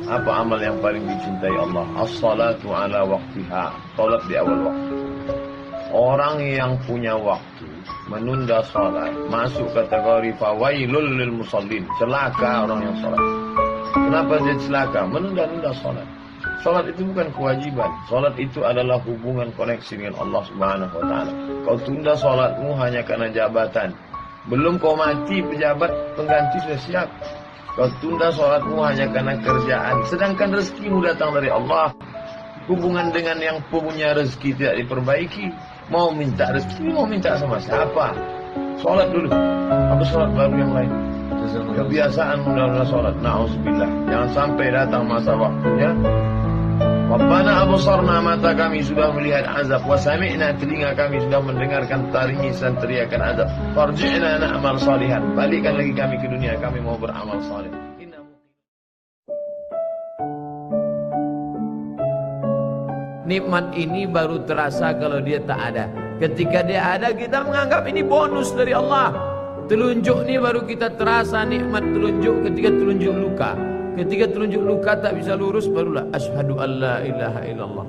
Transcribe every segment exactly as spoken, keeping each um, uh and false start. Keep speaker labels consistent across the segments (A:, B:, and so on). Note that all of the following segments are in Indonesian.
A: Apa amal yang paling dicintai Allah? As-salatu ala waqtiha. Salat di awal waktu. Orang yang punya waktu menunda salat masuk kategori fawailul lil musallin. Celaka orang yang salat. Kenapa dia celaka? Menunda-nunda salat. Salat itu bukan kewajiban. Salat itu adalah hubungan koneksi dengan Allah Subhanahu wa taala. Kau tunda salatmu hanya karena jabatan. Belum kau mati, pejabat pengganti sudah siap. Kau tunda sholatmu hanya karena kerjaan. Sedangkan rezekimu datang dari Allah. Hubungan dengan yang punya rezeki tidak diperbaiki. Mau minta rezeki, mau minta sama siapa? Sholat dulu. Apa sholat baru yang lain? Kebiasaan menunda sholat. Na'udzubillah. Jangan sampai datang masa waktunya. Rabbana absarna, mata kami sudah melihat azab, wa sami'na, telinga kami sudah mendengarkan tangisan teriakan azab. Farji'na na'mal salihan, balikkan lagi kami ke dunia, kami mau beramal saleh.
B: Nikmat ini baru terasa kalau dia tak ada. Ketika dia ada, kita menganggap ini bonus dari Allah. Telunjuk ini baru kita terasa nikmat telunjuk ketika telunjuk luka. Ketika telunjuk luka tak bisa lurus, barulah asyhadu an la ilaha illallah.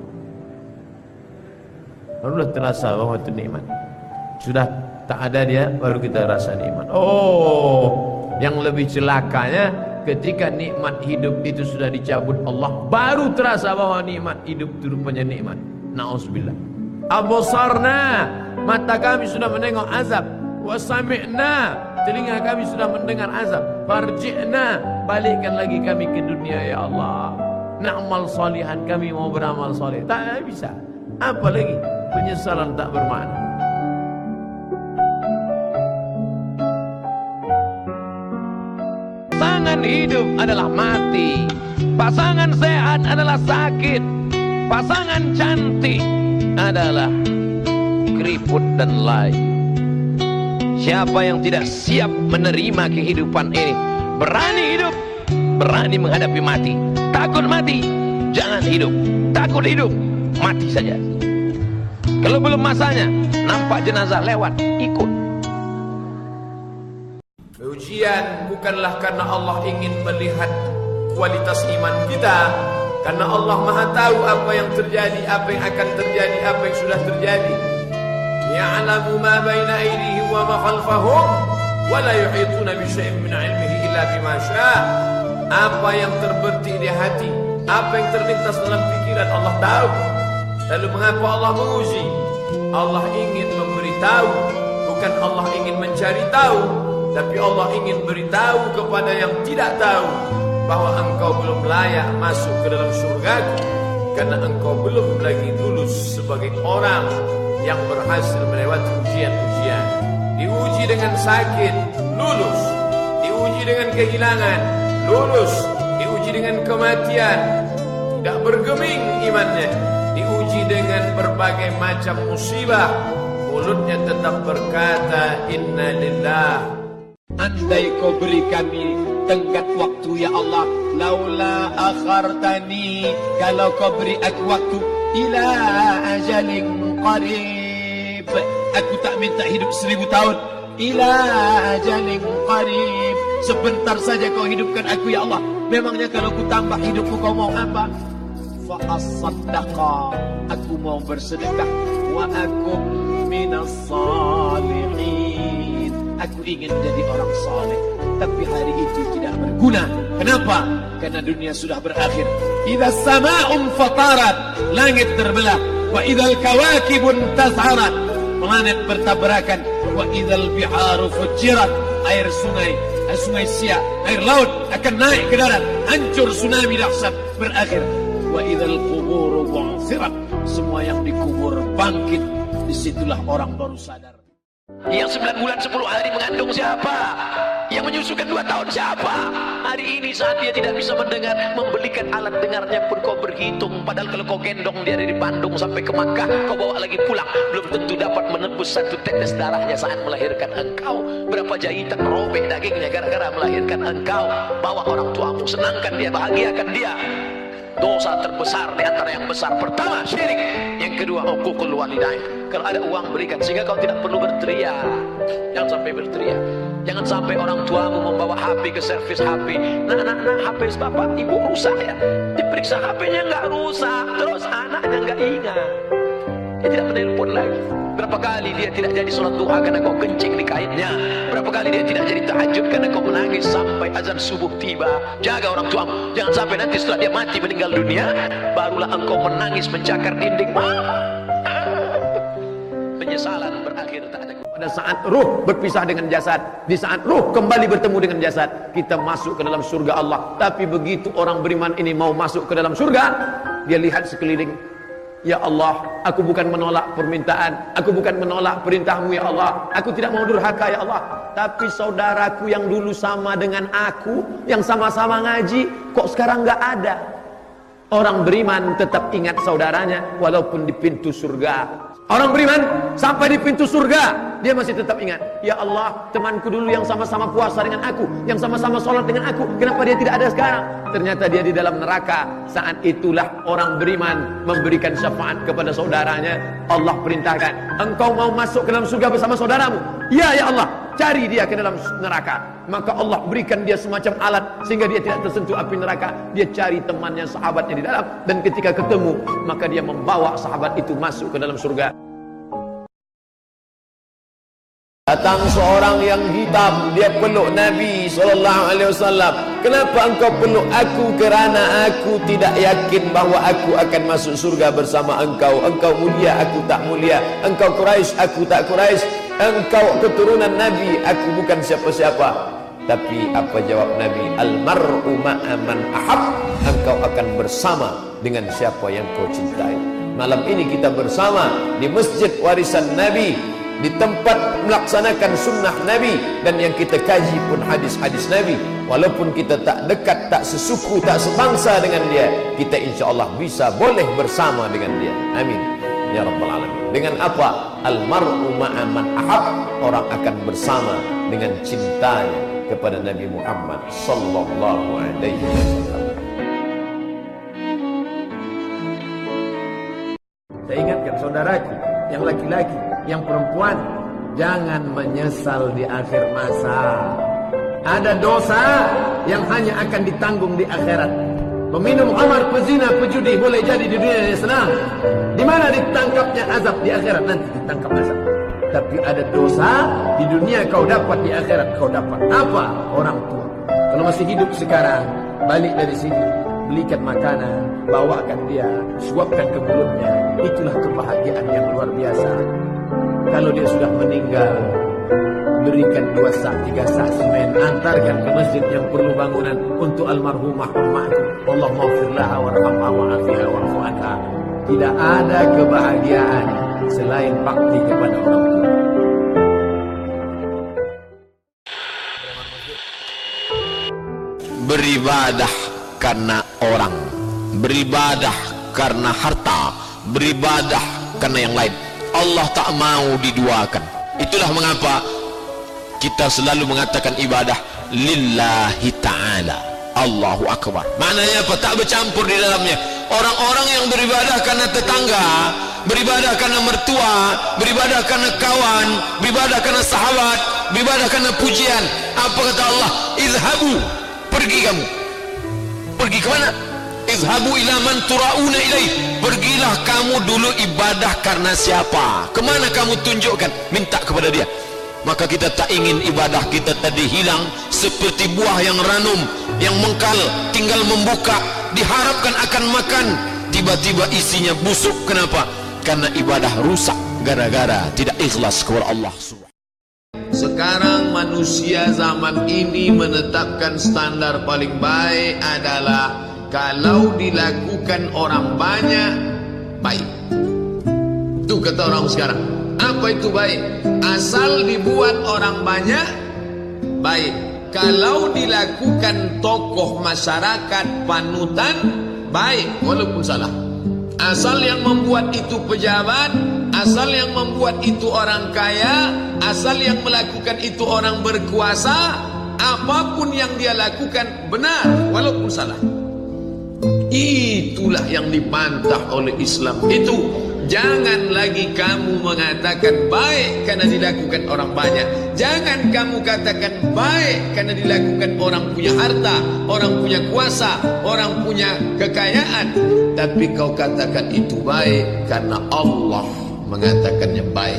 B: Barulah terasa bahwa itu nikmat. Sudah tak ada dia, baru kita rasa nikmat. Oh, yang lebih celakanya ketika nikmat hidup itu sudah dicabut Allah, baru terasa bahwa nikmat hidup itu rupanya nikmat. Na'udzubillah. Absarna, mata kami sudah menengok azab. Wa sami'na, telinga kami sudah mendengar azab. Farji'na, balikkan lagi kami ke dunia ya Allah. Na'mal salihan, kami mau beramal saleh. Tak bisa. Apa lagi? Penyesalan tak bermakna. Pasangan hidup adalah mati. Pasangan sehat adalah sakit. Pasangan cantik adalah keriput dan lain. Siapa yang tidak siap menerima kehidupan ini, berani hidup, berani menghadapi mati. Takut mati, jangan hidup. Takut hidup, mati saja. Kalau belum masanya, nampak jenazah lewat, ikut. Ujian bukanlah karena Allah ingin melihat kualitas iman kita, karena Allah Maha tahu apa yang terjadi, apa yang akan terjadi, apa yang sudah terjadi. Ya'lamu ma baina aydihim wa ma khalfahum wa la yuhituna bi syai'in min 'ilmihi illa bima syaa. Apa yang terbertik di hati, apa yang terlintas dalam pikiran, Allah tahu. Lalu mengapa Allah menguji? Allah ingin memberitahu, bukan Allah ingin mencari tahu, tapi Allah ingin beritahu kepada yang tidak tahu bahwa engkau belum layak masuk ke dalam surgaku, karena engkau belum lagi lulus sebagai orang yang berhasil melewati ujian-ujian. Diuji dengan sakit, lulus. Diuji dengan kehilangan, lulus. Diuji dengan kematian, tidak bergeming imannya. Diuji dengan berbagai macam musibah, mulutnya tetap berkata inna lillah. Andai kau beri kami tenggat waktu ya Allah, laula akhartani, kalau kau beri aku waktu ila ajalin qarib, aku tak minta hidup seribu tahun. Ila ajalin qarib, sebentar saja kau hidupkan aku ya Allah. Memangnya kalau ku tambah hidupku kau mau apa? Fa as-saddaqa, aku mau bersedekah. Wa akum minas salihin, aku ingin jadi orang saleh. Tapi hari itu tidak berguna. Kenapa? Karena dunia sudah berakhir. Idza sama'un fatarat, langit terbelah. Wa idzal kawakibun tazharat, planet bertabrakan. Wa idzal biharu fujirat, air sungai, air sungai Siak, air laut akan naik ke darat, hancur tsunami dahsyat berakhir. Wa idzal quburu bu'thirat, semua yang dikubur bangkit. Disitulah orang baru sadar. Yang sembilan bulan sepuluh hari mengandung siapa? Yang menyusukan dua tahun siapa? Hari ini saat dia tidak bisa mendengar, membelikan alat dengarnya pun kau berhitung. Padahal kalau kau gendong dia dari Bandung sampai ke Makkah, kau bawa lagi pulang, belum tentu dapat menembus satu tetes darahnya saat melahirkan engkau. Berapa jahitan robek dagingnya gara-gara melahirkan engkau. Bawa orang tuamu, senangkan dia, bahagiakan dia. Dosa terbesar di antara yang besar, pertama syirik, yang kedua uququl walidain. Kalau ada uang berikan, sehingga kau tidak perlu berteriak. Jangan sampai berteriak. Jangan sampai orang tuamu membawa H P ke servis H P. Nah, nah, nah, H
C: H P bapak ibu rusak ya, diperiksa H P-nya nggak rusak, terus anaknya nggak ingat, dia tidak menelpon lagi. Berapa kali dia tidak jadi sholat duha karena kau kencing di kainnya, berapa kali dia tidak jadi tahajud karena kau menangis sampai azan subuh tiba. Jaga orang tuamu, jangan sampai nanti setelah dia mati meninggal dunia barulah engkau menangis mencakar dinding. Penyesalan berakhir tak ada.
B: Pada saat ruh berpisah dengan jasad, di saat ruh kembali bertemu dengan jasad, kita masuk ke dalam surga Allah. Tapi begitu orang beriman ini mau masuk ke dalam surga, dia lihat sekeliling. Ya Allah, aku bukan menolak permintaan, aku bukan menolak perintahmu ya Allah, aku tidak mau durhaka ya Allah. Tapi saudaraku yang dulu sama dengan aku, yang sama-sama ngaji, kok sekarang nggak ada. Orang beriman tetap ingat saudaranya walaupun di pintu surga. Orang beriman sampai di pintu surga dia masih tetap ingat, ya Allah, temanku dulu yang sama-sama puasa dengan aku, yang sama-sama sholat dengan aku, kenapa dia tidak ada sekarang? Ternyata dia di dalam neraka. Saat itulah orang beriman memberikan syafaat kepada saudaranya. Allah perintahkan, engkau mau masuk ke dalam surga bersama saudaramu? Ya ya Allah, cari dia ke dalam neraka. Maka Allah berikan dia semacam alat sehingga dia tidak tersentuh api neraka. Dia cari temannya, sahabatnya di dalam, dan ketika ketemu maka dia membawa sahabat itu masuk ke dalam surga. Datang seorang yang hitam, dia peluk Nabi sallallahu alaihi wasallam. Kenapa engkau peluk aku? Kerana aku tidak yakin bahawa aku akan masuk surga bersama engkau. Engkau mulia, aku tak mulia. Engkau Quraisy, aku tak Quraisy. Engkau keturunan Nabi, aku bukan siapa-siapa. Tapi apa jawab Nabi? Al-mar'u ma'a man ahab. Engkau akan bersama dengan siapa yang kau cintai. Malam ini kita bersama di Masjid Warisan Nabi, di tempat melaksanakan sunnah Nabi, dan yang kita kaji pun hadis-hadis Nabi. Walaupun kita tak dekat, tak sesuku, tak sebangsa dengan dia, kita insya Allah bisa boleh bersama dengan dia. Amin ya rabbal alamin. Dengan apa? Al-mar'u ma'a man ahab. Orang akan bersama dengan cintanya kepada Nabi Muhammad sallallahu alaihi wasallam. Saya ingatkan saudaraku yang laki-laki, yang perempuan, jangan menyesal di akhir masa. Ada dosa yang hanya akan ditanggung di akhirat. Peminum khamar, pezina, pejudi boleh jadi di dunia yang senang. Di mana ditangkapnya azab? Di akhirat nanti ditangkap azab. Tapi ada dosa di dunia kau dapat, di akhirat kau dapat. Apa? Orang tua. Kalau masih hidup sekarang, balik dari sini, belikan makanan, bawakan dia, suapkan ke mulutnya. Itulah kebahagiaan yang luar biasa. Kalau dia sudah meninggal, berikan dua sak, tiga sak semen, antarkan ke masjid yang perlu bangunan untuk almarhumah ummahku. Allah maghfirlaha warhamha wa'afiha wa'fu anha. Tidak ada kebahagiaan selain bakti kepada orang tua.
C: Beribadah karena orang, beribadah karena harta, beribadah karena yang lain. Allah tak mau diduakan. Itulah mengapa kita selalu mengatakan ibadah lillahi ta'ala, Allahu Akbar. Maknanya apa? Tak bercampur di dalamnya. Orang-orang yang beribadah karena tetangga, beribadah karena mertua, beribadah karena kawan, beribadah karena sahabat, beribadah karena pujian. Apa kata Allah? Izhabu, pergi kamu. Pergi ke mana? Izhabu ila man turauna ilaih. Pergilah kamu dulu ibadah karena siapa? Kemana kamu tunjukkan? Minta kepada dia. Maka kita tak ingin ibadah kita tadi hilang seperti buah yang ranum, yang mengkal, tinggal membuka, diharapkan akan makan, tiba-tiba isinya busuk. Kenapa? Karena ibadah rusak gara-gara tidak ikhlas kepada Allah.
B: Sekarang manusia zaman ini menetapkan standar paling baik adalah kalau dilakukan orang banyak, baik. Itu kata orang sekarang. Apa itu baik? Asal dibuat orang banyak, baik. Kalau dilakukan tokoh masyarakat panutan, baik, walaupun salah. Asal yang membuat itu pejabat, asal yang membuat itu orang kaya, asal yang melakukan itu orang berkuasa, apapun yang dia lakukan benar walaupun salah. Itulah yang dibantah oleh Islam. Itu Jangan lagi kamu mengatakan baik karena dilakukan orang banyak. Jangan kamu katakan baik karena dilakukan orang punya harta, orang punya kuasa, orang punya kekayaan. Tapi kau katakan itu baik karena Allah mengatakannya baik.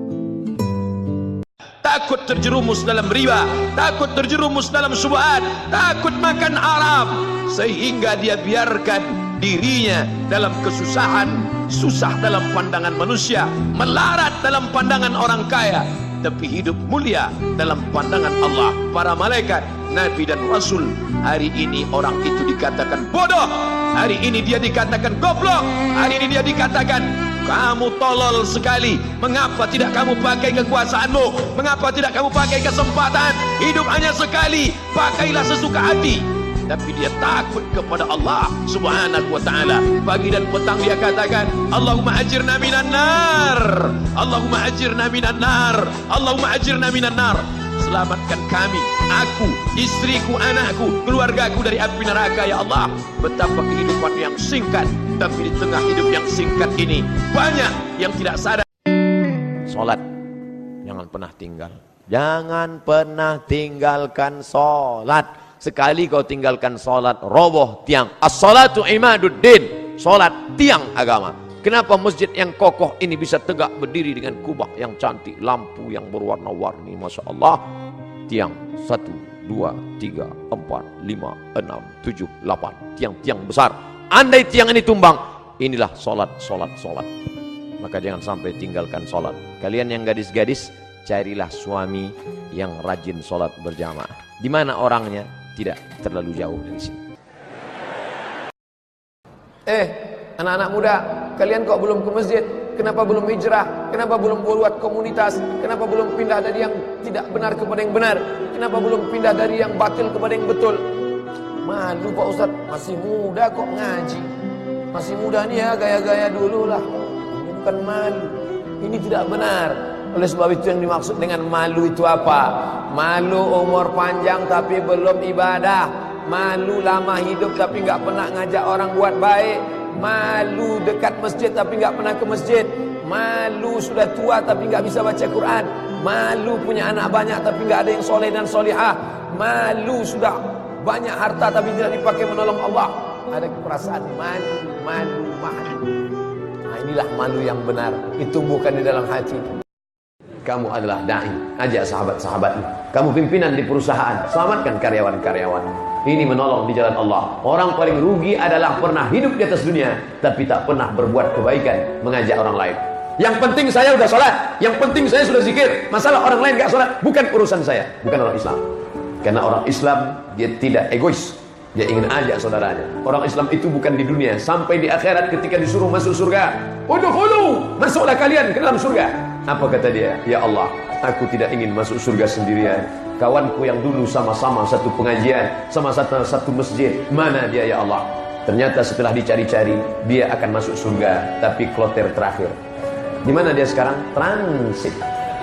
B: Takut terjerumus dalam riba, takut terjerumus dalam syubhat, takut makan haram, sehingga dia biarkan dirinya dalam kesusahan, susah dalam pandangan manusia, melarat dalam pandangan orang kaya, tapi hidup mulia dalam pandangan Allah, para malaikat, Nabi dan Rasul. Hari ini orang itu dikatakan bodoh, hari ini dia dikatakan goblok, hari ini dia dikatakan kamu tolol sekali. Mengapa tidak kamu pakai kekuasaanmu? Mengapa tidak kamu pakai kesempatan? Hidup hanya sekali, pakailah sesuka hati. Tapi dia takut kepada Allah Subhanahu wa ta'ala. Pagi dan petang dia katakan, Allahumma ajirna minan nar, Allahumma ajirna minan nar, Allahumma ajirna minan nar. Selamatkan kami, aku, istriku, anakku, keluargaku dari api neraka ya Allah. Betapa kehidupan yang singkat, tapi di tengah hidup yang singkat ini banyak yang tidak sadar.
C: Salat jangan pernah tinggal. Jangan pernah tinggalkan salat. Sekali kau tinggalkan salat, roboh tiang. As-salatu imaduddin. Salat tiang agama. Kenapa masjid yang kokoh ini bisa tegak berdiri dengan kubah yang cantik, lampu yang berwarna-warni, masya Allah. Tiang satu, dua, tiga, empat, lima, enam, tujuh, delapan. Tiang-tiang besar. Andai tiang ini tumbang, inilah salat, salat, salat. Maka jangan sampai tinggalkan salat. Kalian yang gadis-gadis, carilah suami yang rajin salat berjamaah. Di mana orangnya? Tidak terlalu jauh dari sini.
B: Eh, anak-anak muda, kalian kok belum ke masjid? Kenapa belum hijrah? Kenapa belum buat komunitas? Kenapa belum pindah dari yang tidak benar kepada yang benar? Kenapa belum pindah dari yang batil kepada yang betul? Malu Pak Ustaz, masih muda kok ngaji. Masih muda nih ya, gaya-gaya dulu lah. Ini bukan malu, ini tidak benar. Oleh sebab itu yang dimaksud dengan malu itu apa? Malu umur panjang tapi belum ibadah. Malu lama hidup tapi nggak pernah ngajak orang buat baik. Malu dekat masjid tapi nggak pernah ke masjid. Malu sudah tua tapi nggak bisa baca Quran. Malu punya anak banyak tapi nggak ada yang soleh dan solihah. Malu sudah banyak harta tapi tidak dipakai menolong Allah. Ada perasaan malu, malu, malu. Nah inilah malu yang benar. Itu bukan di dalam hati. Kamu adalah da'i, ajak sahabat-sahabatmu. Kamu pimpinan di perusahaan, selamatkan karyawan-karyawan. Ini menolong di jalan Allah. Orang paling rugi adalah pernah hidup di atas dunia tapi tak pernah berbuat kebaikan, mengajak orang lain. Yang penting saya sudah sholat, yang penting saya sudah zikir. Masalah orang lain gak sholat, bukan urusan saya. Bukan orang Islam. Karena orang Islam dia tidak egois, dia ingin ajak saudaranya. Orang Islam itu bukan di dunia, sampai di akhirat ketika disuruh masuk surga, udkhulu, masuklah kalian ke dalam surga. Apa kata dia? Ya Allah, aku tidak ingin masuk surga sendirian. Kawanku yang dulu sama-sama satu pengajian, sama satu, satu masjid, mana dia ya Allah? Ternyata setelah dicari-cari, dia akan masuk surga, tapi kloter terakhir. Di mana dia sekarang? Transit.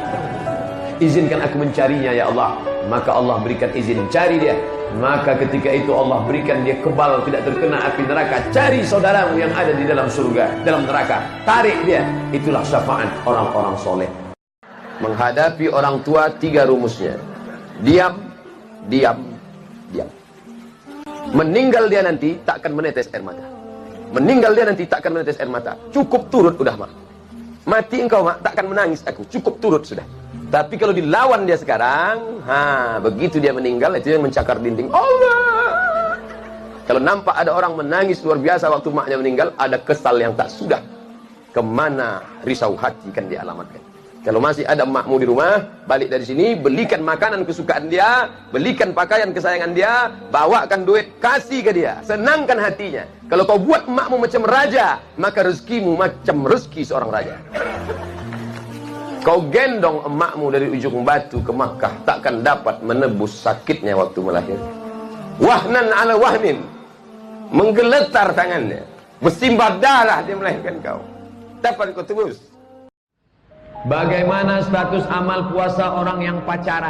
B: Izinkan aku mencarinya ya Allah. Maka Allah berikan izin, cari dia. Maka ketika itu Allah berikan dia kebal, tidak terkena api neraka. Cari saudaramu yang ada di dalam surga, dalam neraka, tarik dia. Itulah syafaat orang-orang soleh. Menghadapi orang tua, tiga rumusnya: diam, diam, diam. Meninggal dia nanti takkan menetes air mata. Meninggal dia nanti takkan menetes air mata. Cukup turut udah mak. Mati engkau mak, takkan menangis aku. Cukup turut sudah. Tapi kalau dilawan dia sekarang, ha, begitu dia meninggal, itu yang mencakar dinding. Allah. Kalau nampak ada orang menangis luar biasa waktu maknya meninggal, ada kesal yang tak sudah. Kemana risau hati kan dia alamatkan. Kalau masih ada emakmu di rumah, balik dari sini, belikan makanan kesukaan dia, belikan pakaian kesayangan dia, bawakan duit, kasih ke dia, senangkan hatinya. Kalau kau buat emakmu macam raja, maka rezekimu macam rezeki seorang raja. Kau gendong emakmu dari ujung batu ke Makkah, takkan dapat menebus sakitnya waktu melahirkan. Wahnan ala wahnin, menggeletar tangannya, bersimbah darah dia melahirkan kau. Dapat kau tebus. Bagaimana status amal puasa orang yang pacaran?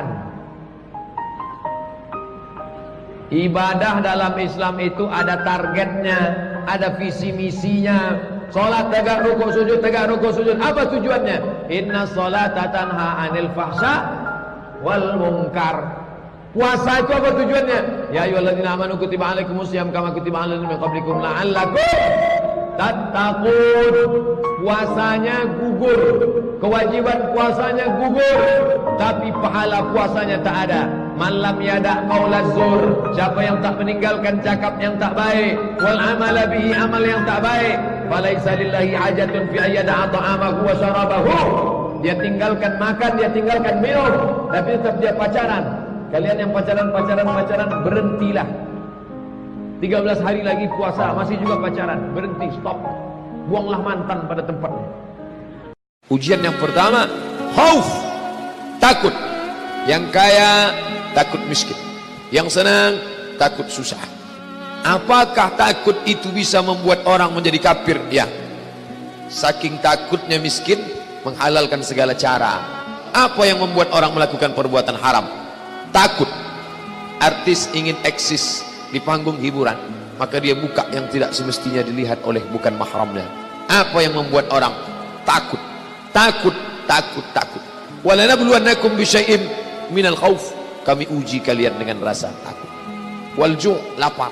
B: Ibadah dalam Islam itu ada targetnya, ada visi misinya. Salat tegak rukuk sujud, tegak rukuk sujud. Apa tujuannya? Inna salata tanha 'anil fahsya wal munkar. Puasa itu apa tujuannya? Ya ayyuhalladzina amanu kutiba 'alaikumusiyam kama kutiba 'alal ladzina min qablikum la'allakum tattaqun. Puasanya gugur, kewajiban puasanya gugur, tapi pahala puasanya tak ada. Malam yada qaulaz zur, siapa yang tak meninggalkan cakap yang tak baik, wal amala bihi, amal yang tak baik, falaisa lillahi hajatun fi ayyada ta'amahu wa syarabahu. Dia tinggalkan makan, dia tinggalkan minum, tapi tetap dia pacaran. Kalian yang pacaran, pacaran, pacaran, berhentilah. tiga belas hari lagi puasa, masih juga pacaran, berhenti, stop. Buanglah mantan pada tempatnya. Ujian yang pertama, khauf, takut. Yang kaya takut miskin, yang senang takut susah. Apakah takut itu bisa membuat orang menjadi kafir? Ya. Saking takutnya miskin, menghalalkan segala cara. Apa yang membuat orang melakukan perbuatan haram? Takut. Artis ingin eksis di panggung hiburan, maka dia buka yang tidak semestinya dilihat oleh bukan mahramnya. Apa yang membuat orang takut? Takut, takut, takut. Walanabluwannakum bisyai'in minal khauf. Kami uji kalian dengan rasa takut. Wal ju', lapar.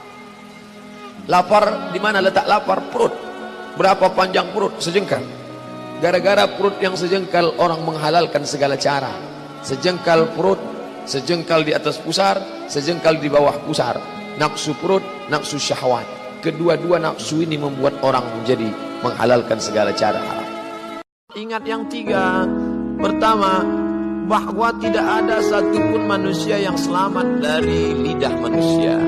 B: Lapar di mana letak lapar? Perut. Berapa panjang perut? Sejengkal. Gara-gara perut yang sejengkal, orang menghalalkan segala cara. Sejengkal perut, sejengkal di atas pusar, sejengkal di bawah pusar. Nafsu perut, nafsu syahwat. Kedua-dua nafsu ini membuat orang menjadi menghalalkan segala cara haram. Ingat yang tiga. Pertama, bahwa tidak ada satupun manusia yang selamat dari lidah manusia.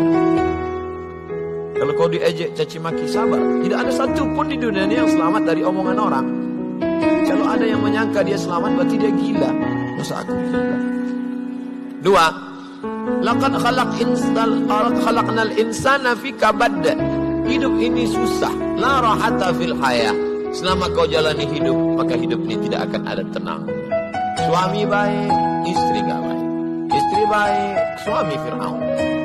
B: Kalau kau diejek, caci maki, sabar. Tidak ada satupun di dunia ini yang selamat dari omongan orang. Kalau ada yang menyangka dia selamat, berarti dia gila. Masa aku gila? Dua, laqad khalaq insal khalaqnal insana fi kabad. Hidup ini susah, la rahata fil haya. Selama kau jalani hidup, maka hidup ini tidak akan ada tenang. Suami baik, istri gak baik. Istri baik, suami Fir'aun.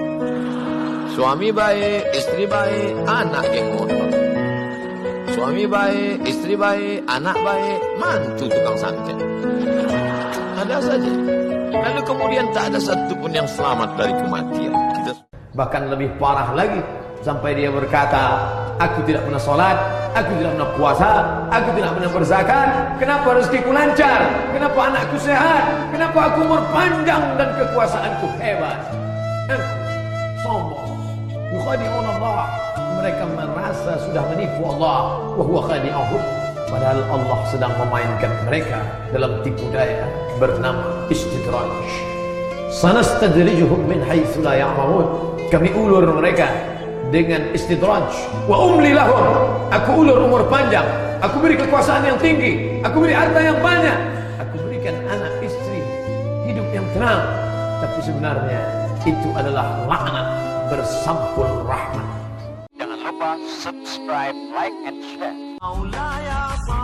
B: Suami baik, istri baik, anak geng motor. Suami baik, istri baik, anak baik, mantu tukang santet. Ada saja. Lalu kemudian tak ada satupun yang selamat dari kematian. Kita... Bahkan lebih parah lagi, sampai dia berkata, aku tidak pernah sholat, aku tidak pernah puasa, aku tidak pernah berzakat. Kenapa rezekiku lancar? Kenapa anakku sehat? Kenapa aku umur panjang dan kekuasaanku hebat? Eh, sombong. Yukhadi'un Allah. Mereka merasa sudah menipu Allah. Wa huwa khadi'uhum. Padahal Allah sedang memainkan mereka dalam tipu daya bernama istidraj. Sanastadrijuhum min haitsu la ya'lamun. Kami ulur mereka dengan istidraj. Wa umli lahum. Aku ulur umur panjang, aku beri kekuasaan yang tinggi, aku beri harta yang banyak, aku berikan anak istri hidup yang tenang. Tapi sebenarnya itu adalah laknat bersampul rahmat. Jangan lupa subscribe, like, and share.